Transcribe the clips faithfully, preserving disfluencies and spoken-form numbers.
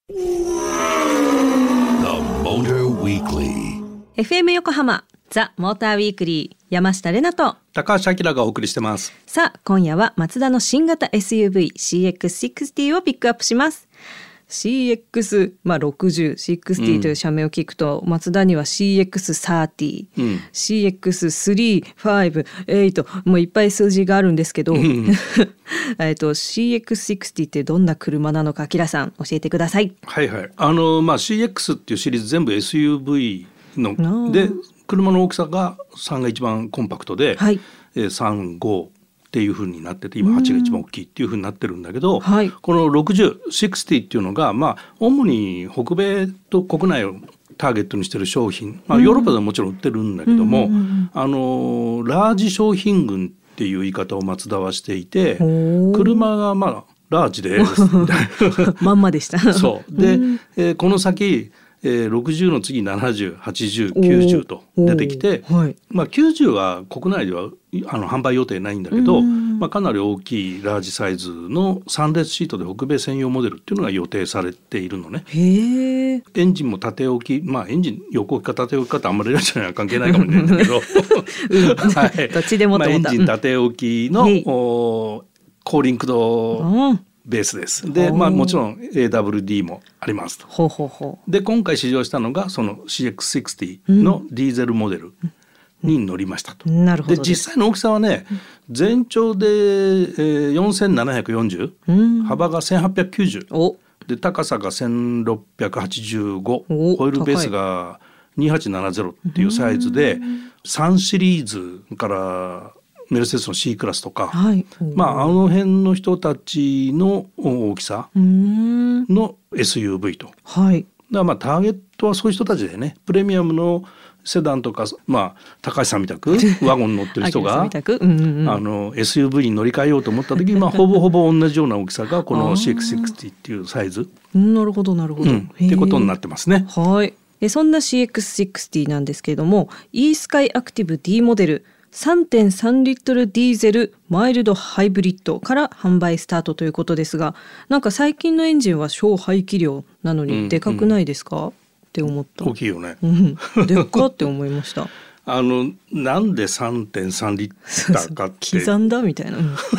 エフエム 横浜ザ・モーターウィークリー、山下れなと高橋明がお送りしてます。 さあ今夜はマツダの新型 エスユーブイ シーエックスシックスティー をピックアップします。 シーエックス、まあ、ろくじゅう、ろくじゅうという社名を聞くと、うん、マツダには シーエックスサーティー、うん、シーエックススリー、ファイブ、エイト、もういっぱい数字があるんですけど、うん、えっと シーエックスシックスティー ってどんな車なのか、キラさん教えてください。 はいはい、あの、まあ、シーエックス っていうシリーズ全部 エスユーブイ ので、車の大きさがさんが一番コンパクトで、はい、さん、ごっていう風になってて、今はちが一番大きいっていう風になってるんだけど、はい、このろくじゅう、ろくじゅうっていうのが、まあ、主に北米と国内をターゲットにしてる商品、まあ、ヨーロッパではもちろん売ってるんだけども、あのラージ商品群っていう言い方をマツダはしていて、車がまあラージでまんまでしたそうで、えー、この先えー、ろくじゅうの次ななじゅう、はちじゅう、きゅうじゅうと出てきて、はい、まあ、きゅうじゅうは国内ではあの販売予定ないんだけど、まあ、かなり大きいラージサイズのさん列シートで北米専用モデルっていうのが予定されているのね。へー。エンジンも縦置き、まあエンジン横置きか縦置きかってあんまりラジオには関係ないかもしれないんだけど、 うんはい、どっちでもと思った、 まあ、エンジン縦置きの、うん、高リンクド、うんベースです。で、まあ、もちろん エーダブリューディー もありますと。ほうほうほう。で今回試乗したのがその シーエックスシックスティー のディーゼルモデルに乗りましたと、うん、なるほど。で実際の大きさはね、全長で、えー、よんせんななひゃくよんじゅう、うん、幅がせんはっぴゃくきゅうじゅうで高さがせんろっぴゃくはちじゅうご、ホイールベースがにせんはっぴゃくななじゅうっていうサイズで、さんシリーズからメルセデスの C クラスとか、はい、まあ、あの辺の人たちの大きさの エスユーブイ と、はい、だからまあターゲットはそういう人たちでね、プレミアムのセダンとか、まあ、高橋さんみたくワゴン乗ってる人がうんうん、あの エスユーブイ に乗り換えようと思った時に、まあ、ほぼほぼ同じような大きさがこの シーエックスシックスティー っていうサイズなるほどなるほど、うん、 っていうことになってますね。 はい。でそんな シーエックスシックスティー なんですけれども、 e スカイアクティブ D モデルさんてんさんリットルディーゼルマイルドハイブリッドから販売スタートということですが、なんか最近のエンジンは小排気量なのにでかくないですか、うんうん、って思った。 大きいよね、 うん、でっかって思いましたあのなんで さんてんさんリッターかって刻んだみたいな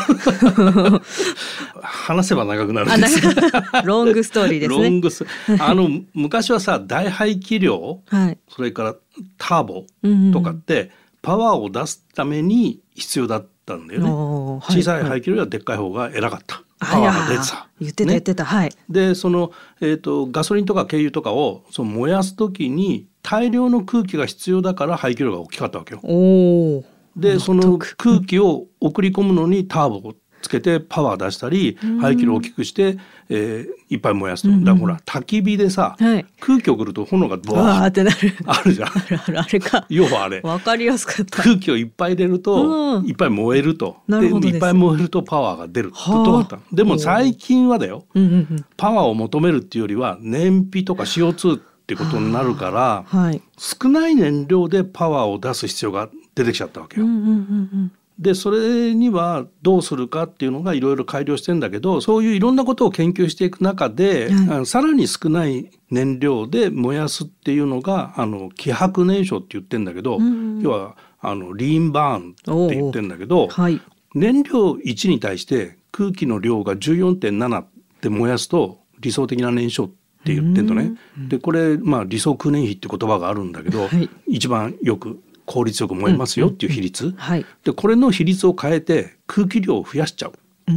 話せば長くなるんですロングストーリーですね。 ロングスあの昔はさ、大排気量、はい、それからターボとかって、うんうん、パワーを出すために必要だったんだよね、はい、小さい排気量はでっかい方が偉かった、パワーが出てた、 言ってた言ってた、ね、はい。でその、えーと、ガソリンとか軽油とかをその燃やす時に大量の空気が必要だから排気量が大きかったわけよ。おでその空気を送り込むのにターボをつけてパワー出したり、排気量を大きくして、えー、いっぱい燃やすと、うんうん、だからほら焚き火でさ、はい、空気を送ると炎がボワーってなるあるじゃん。 あるある、あれか。 要はあれ分かりやすかった。 空気をいっぱい入れると、うん、いっぱい燃えると。でいっぱい燃えるとパワーが出るとあった。でも最近はだよ、うんうんうん、パワーを求めるっていうよりは燃費とか シーオーツー ってことになるから、はい、少ない燃料でパワーを出す必要が出てきちゃったわけよ、うんうんうんうん。でそれにはどうするかっていうのがいろいろ改良してんだけど、そういういろんなことを研究していく中で、はい、さらに少ない燃料で燃やすっていうのがあの希薄燃焼って言ってんだけど、うんうん、要はあのリーンバーンって言ってんだけど、はい、燃料いちに対して空気の量が じゅうよんてんなな で燃やすと理想的な燃焼って言ってんのね、うんうん、でこれ、まあ、理想空燃費って言葉があるんだけど、はい、一番よく効率よく燃えますよっていう比率、うんうんうん、はい、でこれの比率を変えて空気量を増やしちゃう、うん、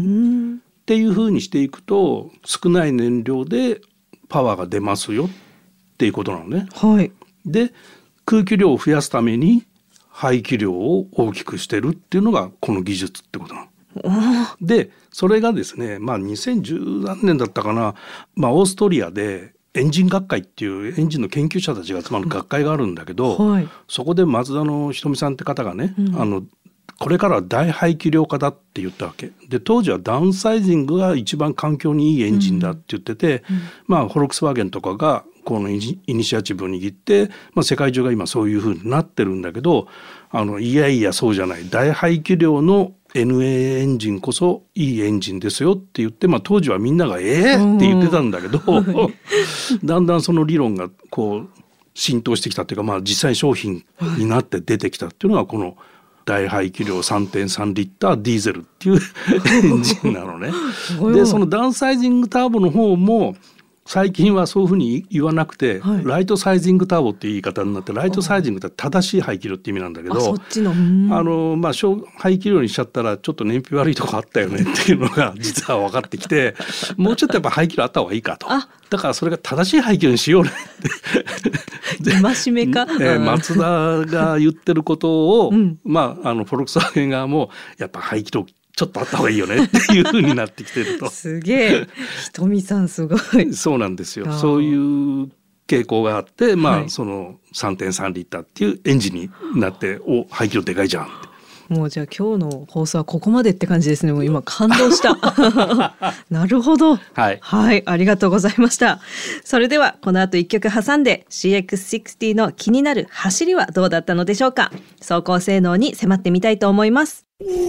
っていう風にしていくと少ない燃料でパワーが出ますよっていうことなのね、はい、で空気量を増やすために排気量を大きくしてるっていうのがこの技術ってことなの。でそれがですね、まあ、にせんじゅうなんねんだったかな、まあ、オーストリアでエンジン学会っていうエンジンの研究者たちが集まる学会があるんだけど、はい、そこでマツダのひとみさんって方がね、うん、あのこれからは大排気量化だって言ったわけで、当時はダウンサイジングが一番環境にいいエンジンだって言ってて、うんうん、まあフォルクスワーゲンとかがこのイニシアチブを握って、まあ、世界中が今そういう風になってるんだけど、あのいやいやそうじゃない、大排気量のエヌエー エンジンこそいいエンジンですよって言って、まあ、当時はみんながえーって言ってたんだけど、だんだんその理論がこう浸透してきたっていうか、まあ、実際商品になって出てきたっていうのがこの大排気量 さんてんさん リッターディーゼルっていうエンジンなのね。でそのダウンサイジングターボの方も最近はそういうふうに言わなくて、はい、ライトサイジングターボっていう言い方になって、ライトサイジングって正しい排気量って意味なんだけど、あ、 そっちの、あの、まあ、小排気量にしちゃったらちょっと燃費悪いとこあったよねっていうのが実は分かってきてもうちょっとやっぱ排気量あった方がいいかと。だからそれが正しい排気量にしようねって戒めか、 えー、松田が言ってることを、うん、まあ、あのフォルクスワーゲン側もやっぱ排気量ちょっとあった方がいいよねっていう風になってきてるとすげえ、ひとみさんすごい。 そうなんですよ。そういう傾向があって、まあ、はい、その さんてんさん リッターっていうエンジンになってお排気量でかいじゃんって。 もうじゃあ今日の放送はここまでって感じですね。もう今感動したなるほど、はい、はい、ありがとうございました。それではこの後一曲挟んで シーエックスシックスティー の気になる走りはどうだったのでしょうか。走行性能に迫ってみたいと思います。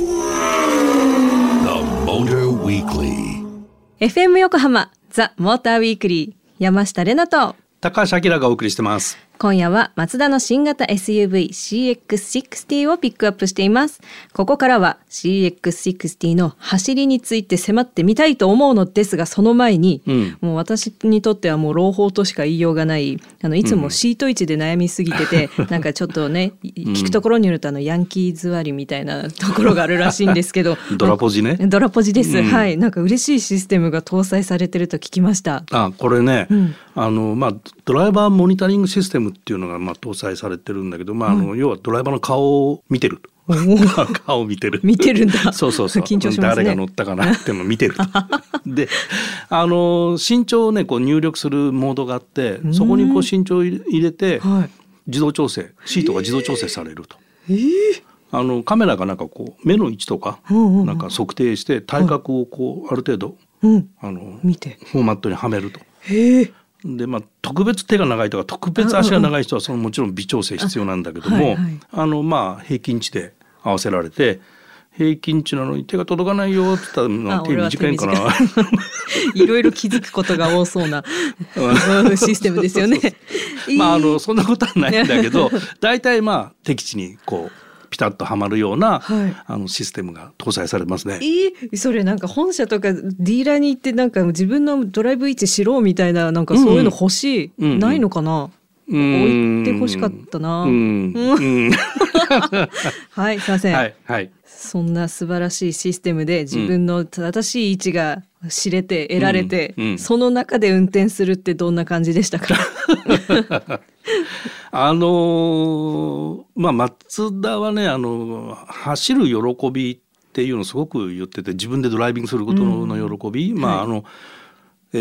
エフエム 横浜ザ・モーターウィークリー、山下れなと高橋明がお送りしてます。 今夜はマツダの新型 エスユーブイ シーエックスシックスティー をピックアップしています。ここからは シーエックスシックスティー の走りについて迫ってみたいと思うのですが、その前に、うん、もう私にとってはもう朗報としか言いようがない、あのいつもシート位置で悩みすぎてて、うん、なんかちょっとね聞くところによるとあのヤンキー座りみたいなところがあるらしいんですけどドラポジね。 ドラポジです、うん、はい。なんか嬉しいシステムが搭載されてると聞きました。 あ、これね、うん、あのまあドライバーモニタリングシステムっていうのがまあ搭載されてるんだけど、まあ、あの要はドライバーの顔を見てる顔を見てる見てるんだそうそうそう、 緊張しますね。 誰が乗ったかなっていうのを見てるで、あの身長をねこう入力するモードがあって、そこにこう身長を入れて、はい、自動調整シートが自動調整されると、えー、あのカメラがなんかこう目の位置とかなんか測定して体格をこうある程度、うん、あの見てフォーマットにはめると。へー。でまあ、特別手が長いとか特別足が長い人はそのもちろん微調整必要なんだけども、あ、はいはい、あのまあ平均値で合わせられて、平均値なのに手が届かないよって言ったら手短いんかないろいろ気づくことが多そうなシステムですよねまああのそんなことはないんだけど大体まあ適地にこうピタッとはまるような、はい、あのシステムが搭載されますね。 えー、それなんか本社とかディーラーに行ってなんか自分のドライブ位置しろみたいな、なんかそういうの欲しい、うんうん、ないのかな、うん、置いて欲しかったな、うんうん、はいすいません、はいはい、そんな素晴らしいシステムで自分の正しい位置が知れて得られて、うんうん、その中で運転するってどんな感じでしたかあのー、まあ松田はね、あの走る喜びっていうのをすごく言ってて、自分でドライビングすることの喜び、うん、まああの、はい、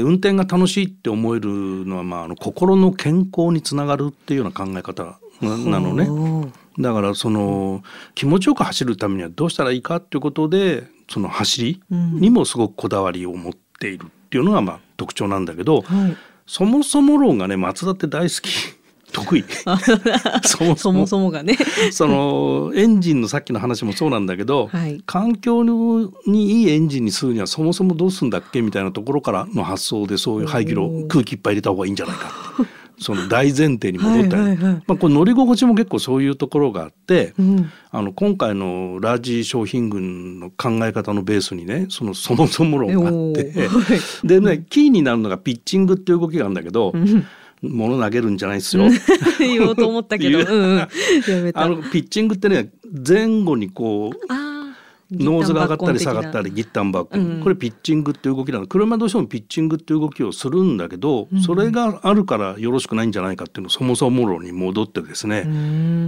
運転が楽しいって思えるのは、まあ、あの心の健康につながるっていうような考え方なのね。だからその気持ちよく走るためにはどうしたらいいかっていうことで、その走りにもすごくこだわりを持っているっていうのがまあ特徴なんだけど、はい、そもそも論がね松田って大好き得意そもそもそもがねそのエンジンのさっきの話もそうなんだけど、はい、環境にいいエンジンにするにはそもそもどうするんだっけみたいなところからの発想で、そういう排気量空気いっぱい入れた方がいいんじゃないかってその大前提に戻ったり、はいはいはい、まあ、これ乗り心地も結構そういうところがあって、うん、あの今回のラージ商品群の考え方のベースにね、そのそもそも論があってでね、キーになるのがピッチングっていう動きがあるんだけど、うん物投げるんじゃないですよ言おうと思ったけど、うんうん、やめた。 あのピッチングってね、前後にこうノーズが上がったり下がったりギッタンバック、うん、これピッチングっていう動きなの。車どうしてもピッチングっていう動きをするんだけど、うん、それがあるからよろしくないんじゃないかっていうのそもそも論に戻ってですね、うん、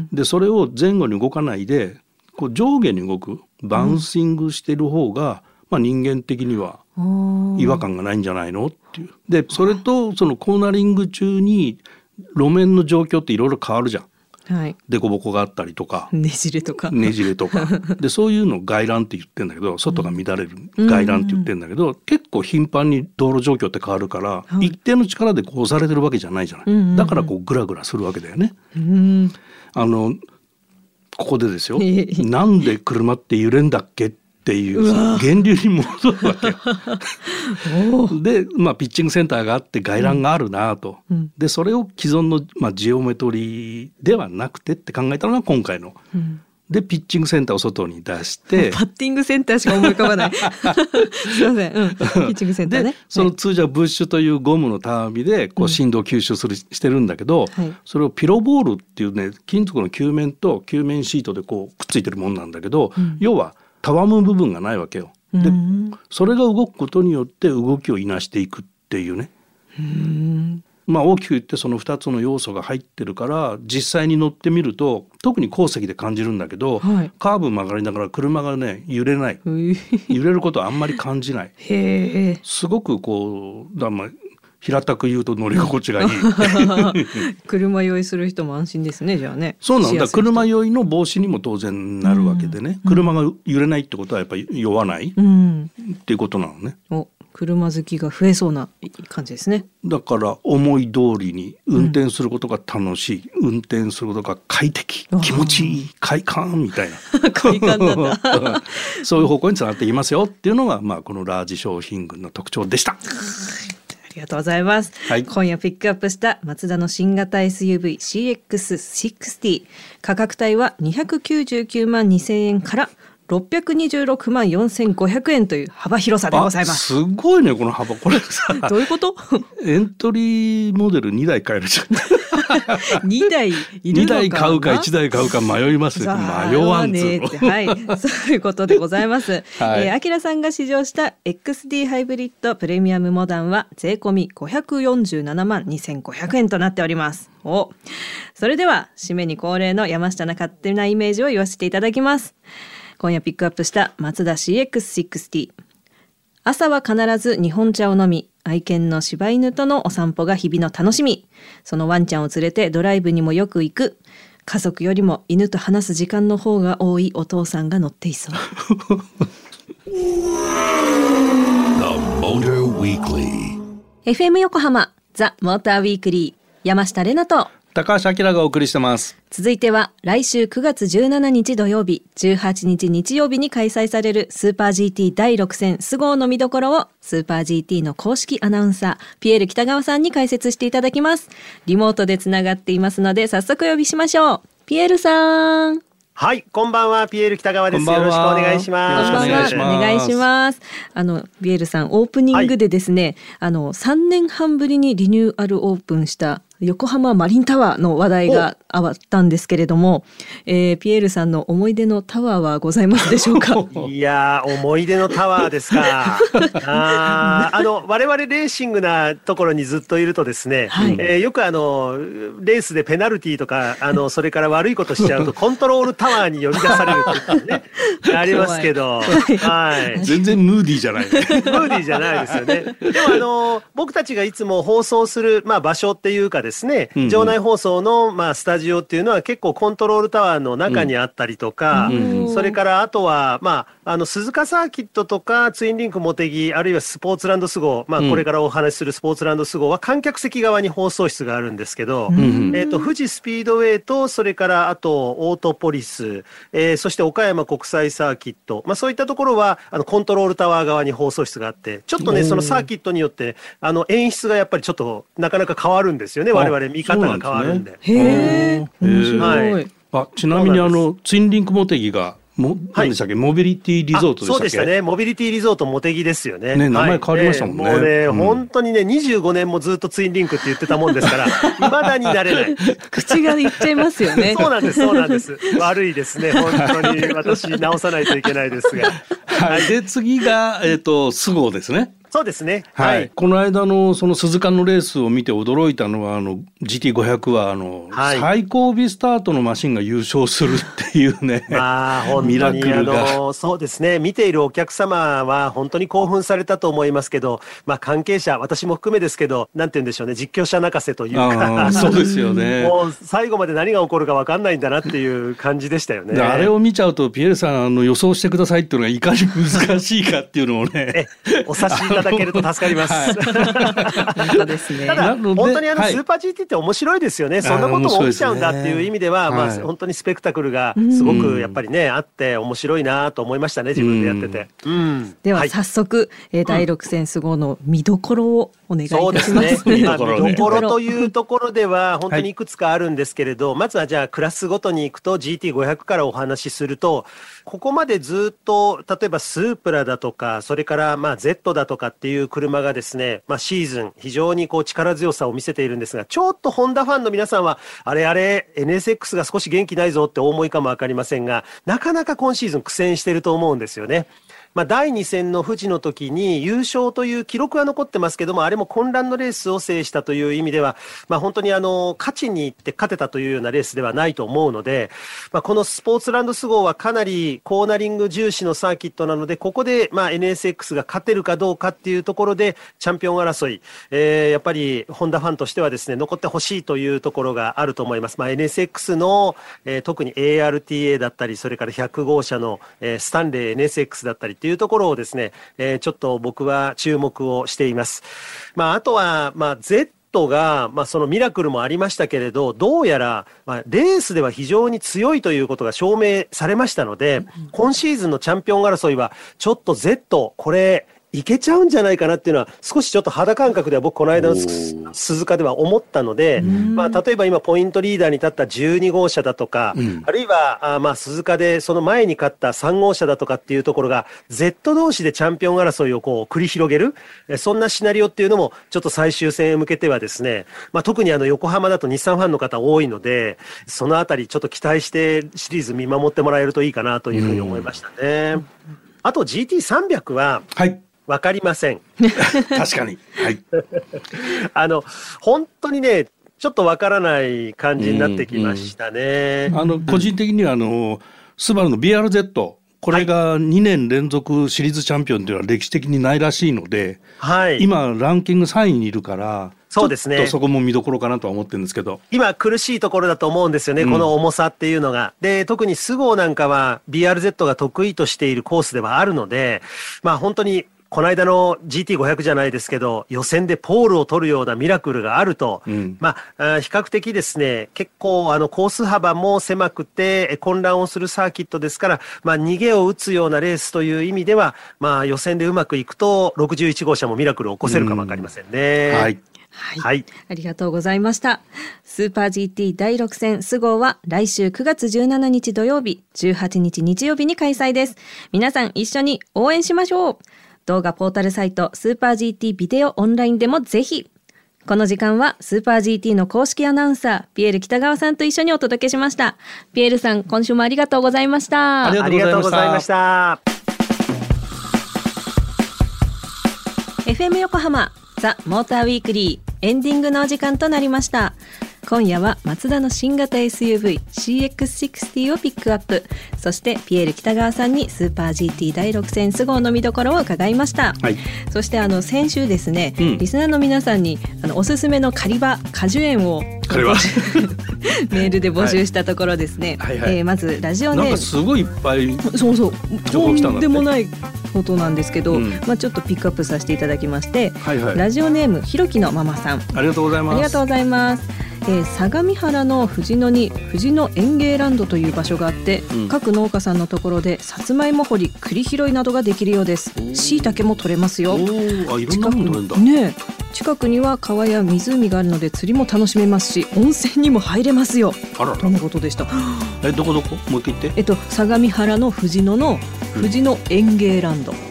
でそれを前後に動かないでこう上下に動くバウンシングしてる方が、うん、まあ、人間的には違和感がないんじゃないのっていう。でそれとそのコーナリング中に路面の状況っていろいろ変わるじゃん。はい、凸凹があったりとかねじれとかねじれとかでそういうのを外乱って言ってんだけど、外が乱れる外乱って言ってんだけど、うんうんうん、結構頻繁に道路状況って変わるから、はい、一定の力でこう押されてるわけじゃないじゃない、うんうんうん、だからこうグラグラするわけだよね、うん、あのここでですよなんで車って揺れんだっけってっていう源流に戻るわけよで、まあ、ピッチングセンターがあって外欄があるなと、うん、でそれを既存の、まあ、ジオメトリーではなくてって考えたのが今回の、うんでピッチングセンターを外に出してパッティングセンターしか思い浮かばないすいません、うん、ピッチングセンターね。 でその通常ブッシュというゴムのたわみでこう振動を吸収する、うん、してるんだけど、はい、それをピロボールっていうね金属の球面と球面シートでこうくっついてるもんなんだけど、うん、要はたわむ部分がないわけよ。で、うん、それが動くことによって動きをいなしていくっていうね。うんまあ、大きく言ってそのふたつの要素が入ってるから実際に乗ってみると特に後席で感じるんだけど、はい、カーブ曲がりながら車がね揺れない揺れることはあんまり感じないへすごくこうだ、まあ、平たく言うと乗り心地がいい車酔いする人も安心ですね。じゃあねそうなんだ。車酔いの防止にも当然なるわけでね、うん、車が揺れないってことはやっぱり酔わない、うん、っていうことなのね。 お車好きが増えそうな感じですね。 だから思い通りに運転することが楽しい、うん、運転することが快適気持ちいい快感みたいな快感なんだそういう方向につながっていきますよっていうのが、まあ、このラージ商品群の特徴でした。 ありがとうございます、はい、今夜ピックアップしたマツダの新型 エスユーブイ シーエックスシックスティー 価格帯はにひゃくきゅうじゅうきゅうまんにせんえんからろっぴゃくにじゅうろくまんよんせんごひゃくえんという幅広さでございます。 すごいねこの幅。これさどういうことエントリーモデルにだい買えるじゃんにだいいるのかな。 にだい買うかいちだい買うか迷いますよ。迷わんねって、はい、そういうことでございます。はい、えー、アキラさんが試乗した エックスディー ハイブリッドプレミアムモダンは税込みごひゃくよんじゅうななまんにせんごひゃくえんとなっております。おそれでは締めに恒例の山下の勝手なイメージを言わせていただきます。今夜ピックアップしたマツダ シーエックスシックスティー。 朝は必ず日本茶を飲み、愛犬の柴犬とのお散歩が日々の楽しみ。そのワンちゃんを連れてドライブにもよく行く。家族よりも犬と話す時間の方が多いお父さんが乗っていそうエフエム 横浜ザ・モーターウィークリー、山下れなと高橋明がお送りしてます。 続いては来週くがつじゅうしちにち土曜日、じゅうはちにち日曜日に開催されるスーパー ジーティー だいろく戦スゴーの見どころをスーパー ジーティー の公式アナウンサーピエール北川さんに解説していただきます。リモートでつながっていますので早速お呼びしましょう。ピエールさん。 はい、こんばんは、ピエール北川です。よろしくお願いします。 こんばんは、お願いします。あのピエールさん、オープニングでですね、はい、あのさんねんはんぶりにリニューアルオープンした横浜マリンタワーの話題が上がったんですけれども、えー、ピエールさんの思い出のタワーはございますでしょうか？ いやー、思い出のタワーですか。ああの我々レーシングなところにずっといるとですね、はい、えー、よくあのレースでペナルティーとかあのそれから悪いことしちゃうとコントロールタワーに呼び出されるっていうねありますけど、 はい、全然ムーディーじゃないムーディーじゃないですよね。でもあの僕たちがいつも放送する、まあ、場所っていうかですね、うんうん、場内放送の、まあ、スタジオっていうのは結構コントロールタワーの中にあったりとか、うんうん、それからあとは、まあ、あの鈴鹿サーキットとかツインリンクモテギ、あるいはスポーツランドスゴー、まあ、これからお話しするスポーツランドスゴーは観客席側に放送室があるんですけど、うんうん、えーと、富士スピードウェイとそれからあとオートポリス、えー、そして岡山国際サーキット、まあ、そういったところはあのコントロールタワー側に放送室があって、ちょっとねそのサーキットによってあの演出がやっぱりちょっとなかなか変わるんですよね。我々見方が変わるんで。 へー、面白い。 あ、ちなみにあのツインリンクモテギがも、何でしたっけ、モビリティリゾートでしたっけ？ そうでしたね、モビリティリゾートモテギですよね。 ね、名前変わりましたもんね。はい、 もうね、うん、本当にねにじゅうごねんもずっとツインリンクって言ってたもんですから未だになれない。 口が言っちゃいますよね。 そうなんです、そうなんです。悪いですね、本当に私直さないといけないですが。 はい、で次がえっ、ー、とスゴーですね。 そうですね、 はいはい、この間のその鈴鹿のレースを見て驚いたのはあの ジーティーごひゃく はあの、はい、最後尾スタートのマシンが優勝するっていうね、 まあ、本当にミラクルがあのそうですね、見ているお客様は本当に興奮されたと思いますけど、まあ、関係者私も含めですけど、なんて言うんでしょうね、実況者泣かせというかそうですよねもう最後まで何が起こるか分かんないんだなっていう感じでしたよね。 あれを見ちゃうとピエールさんの予想してくださいっていうのがいかに難しいかっていうのをねえお察しいたただけると助かります。 本当ですね。 ただ本当にあのスーパー ジーティー って面白いですよね。そんなことも起きちゃうんだっていう意味では、まあ本当にスペクタクルがすごくやっぱりねあって面白いなと思いましたね、自分でやってて。うん、 では早速、はい、だいろく戦ス号の見どころをお願いいたします。 そうですね。見どころ、見どころというところでは本当にいくつかあるんですけれど、はい、まずはじゃあクラスごとに行くと ジーティーごひゃく からお話しすると、ここまでずっと例えばスープラだとか、それからまあ Z だとかっていう車がですね、まあ、シーズン非常にこう力強さを見せているんですが、ちょっとホンダファンの皆さんはあれあれ エヌエスエックス が少し元気ないぞってお思いかもわかりませんが、なかなか今シーズン苦戦していると思うんですよね。まあ、だいに戦の富士の時に優勝という記録は残ってますけども、あれも混乱のレースを制したという意味では、まあ、本当にあの勝ちに行って勝てたというようなレースではないと思うので、まあ、このスポーツランドス号はかなりコーナリング重視のサーキットなので、ここでまあ エヌエスエックス が勝てるかどうかっていうところでチャンピオン争い、えー、やっぱりホンダファンとしてはですね残ってほしいというところがあると思います。まあ、エヌエスエックス の、えー、特に エーアールティーエー だったり、それからひゃく号車の、えー、スタンレー エヌエスエックス だったりっていうところをですね、えー、ちょっと僕は注目をしています。まあ、あとは、まあ、Zが、まあ、そのミラクルもありましたけれど、どうやら、まあ、レースでは非常に強いということが証明されましたので、今シーズンのチャンピオン争いはちょっと Z、これいけちゃうんじゃないかなっていうのは少しちょっと肌感覚では僕この間の鈴鹿では思ったので、まあ、例えば今ポイントリーダーに立ったじゅうに号車だとか、うん、あるいはあまあ鈴鹿でその前に勝ったさん号車だとかっていうところが Z 同士でチャンピオン争いをこう繰り広げる、そんなシナリオっていうのもちょっと最終戦へ向けてはですね、まあ、特にあの横浜だと日産ファンの方多いので、そのあたりちょっと期待してシリーズ見守ってもらえるといいかなというふうに思いましたね。あと ジーティーさんびゃく は、はいわかりません。 確かに。はい。 あの本当にねちょっとわからない感じになってきましたね。 うんうん、あの個人的にはあのスバルの ビーアールゼット、これがにねん連続シリーズチャンピオンというのは歴史的にないらしいので、はい、今ランキングさんいにいるから。そうですね、ちょっとそこも見どころかなとは思ってるんですけど、 今苦しいところだと思うんですよね、うん、この重さっていうのが。で特にスゴーなんかは ビーアールゼット が得意としているコースではあるので、まあ本当にこの間の ジーティーごひゃく じゃないですけど、予選でポールを取るようなミラクルがあると、うん、まあ比較的ですね、結構あのコース幅も狭くて混乱をするサーキットですから、まあ逃げを打つようなレースという意味では、まあ予選でうまくいくとろくじゅういち号車もミラクルを起こせるかもわかりませんね。 はい。 はい、はい、ありがとうございました。スーパー ジーティー だいろく戦ス号は来週くがつじゅうしちにち土曜日、じゅうはちにち日曜日に開催です。皆さん一緒に応援しましょう。動画ポータルサイトスーパー ジーティー ビデオオンラインでもぜひ。この時間はスーパー ジーティー の公式アナウンサーピエール北川さんと一緒にお届けしました。ピエールさん、今週もありがとうございました。 ありがとうございました。 エフエム 横浜ザ・モーターウィークリーエンディングのお時間となりました。今夜はマツダの新型 エスユーブイ シーエックスろくじゅう をピックアップ、そしてピエール北川さんにスーパー ジーティー だいろく戦ス号の見どころを伺いました、はい、そしてあの先週ですね、うん、リスナーの皆さんにあのおすすめの狩り場果樹園をメールで募集したところですね、はいはいはい、えー、まずラジオネームなんかすごいいっぱいそうそうとんでもないことなんですけど、うん、まあ、ちょっとピックアップさせていただきまして、はいはい、ラジオネームひろきのママさん、 ありがとうございます。 ありがとうございます。えー、相模原の藤野に藤野園芸ランドという場所があって、うん、各農家さんのところでさつまいも掘り、栗拾いなどができるようです。しいたけも取れますよ。 おー、あ、いろんなもの取れるんだね。近くには川や湖があるので釣りも楽しめますし、温泉にも入れますよ。 あらら、 とのことでした。 え、どこどこもう一回言って。 えっと相模原の藤野の藤野園芸ランド、うん、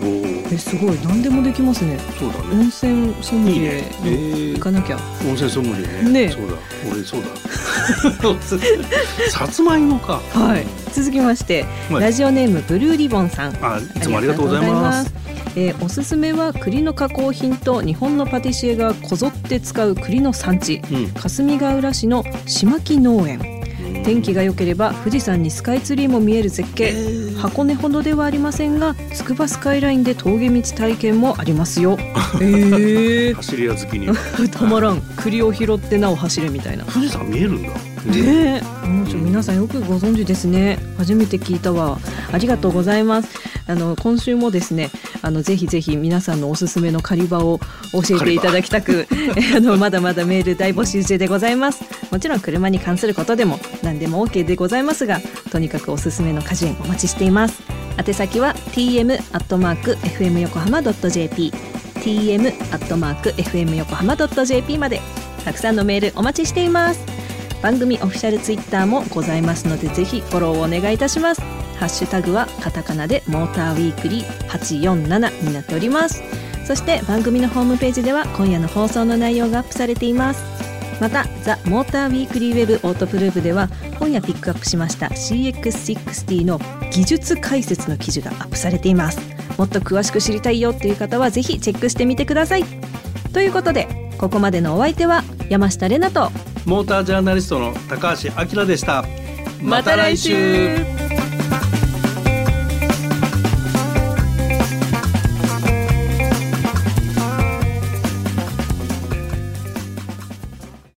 えすごい何でもできますね。 そうだね。 温泉ソムリエ行かなきゃ。 温泉ソムリエね。ね、そうだ。俺そうだ。さつまいもか。 はい。続きまして、はい、ラジオネームブルーリボンさん。 あ、いつもありがとうございます。 えー、おすすめは栗の加工品と日本のパティシエがこぞって使う栗の産地、うん、霞ヶ浦市の島木農園。天気が良ければ富士山にスカイツリーも見える絶景、箱根ほどではありませんが筑波スカイラインで峠道体験もありますよ。えー、 走り屋好きにはたまらん。栗を拾ってなお走れみたいな。 富士山見えるんだ。 ねえ、もう皆さんよくご存知ですね。初めて聞いたわ。ありがとうございます。あの今週もですね、あのぜひぜひ皆さんのおすすめの狩り場を教えていただきたくあのまだまだメール大募集中でございます。もちろん車に関することでも何でも OK でございますが、とにかくおすすめの果樹園お待ちしています。宛先は ティーエム アットマーク エフエム 横浜 ドット ジェーピー ティーエム アットマーク エフエム 横浜 ドット ジェーピー までたくさんのメールお待ちしています。番組オフィシャルツイッターもございますので、ぜひフォローをお願いいたします。ハッシュタグはカタカナでモーターウィークリーはちよんななになっております。そして番組のホームページでは今夜の放送の内容がアップされています。またザ・モーターウィークリーウェブオートプルーブでは今夜ピックアップしました シーエックスシックスティー の技術解説の記事がアップされています。もっと詳しく知りたいよという方はぜひチェックしてみてください。ということでここまでのお相手は山下玲奈とモータージャーナリストの高橋明でした。 また来週。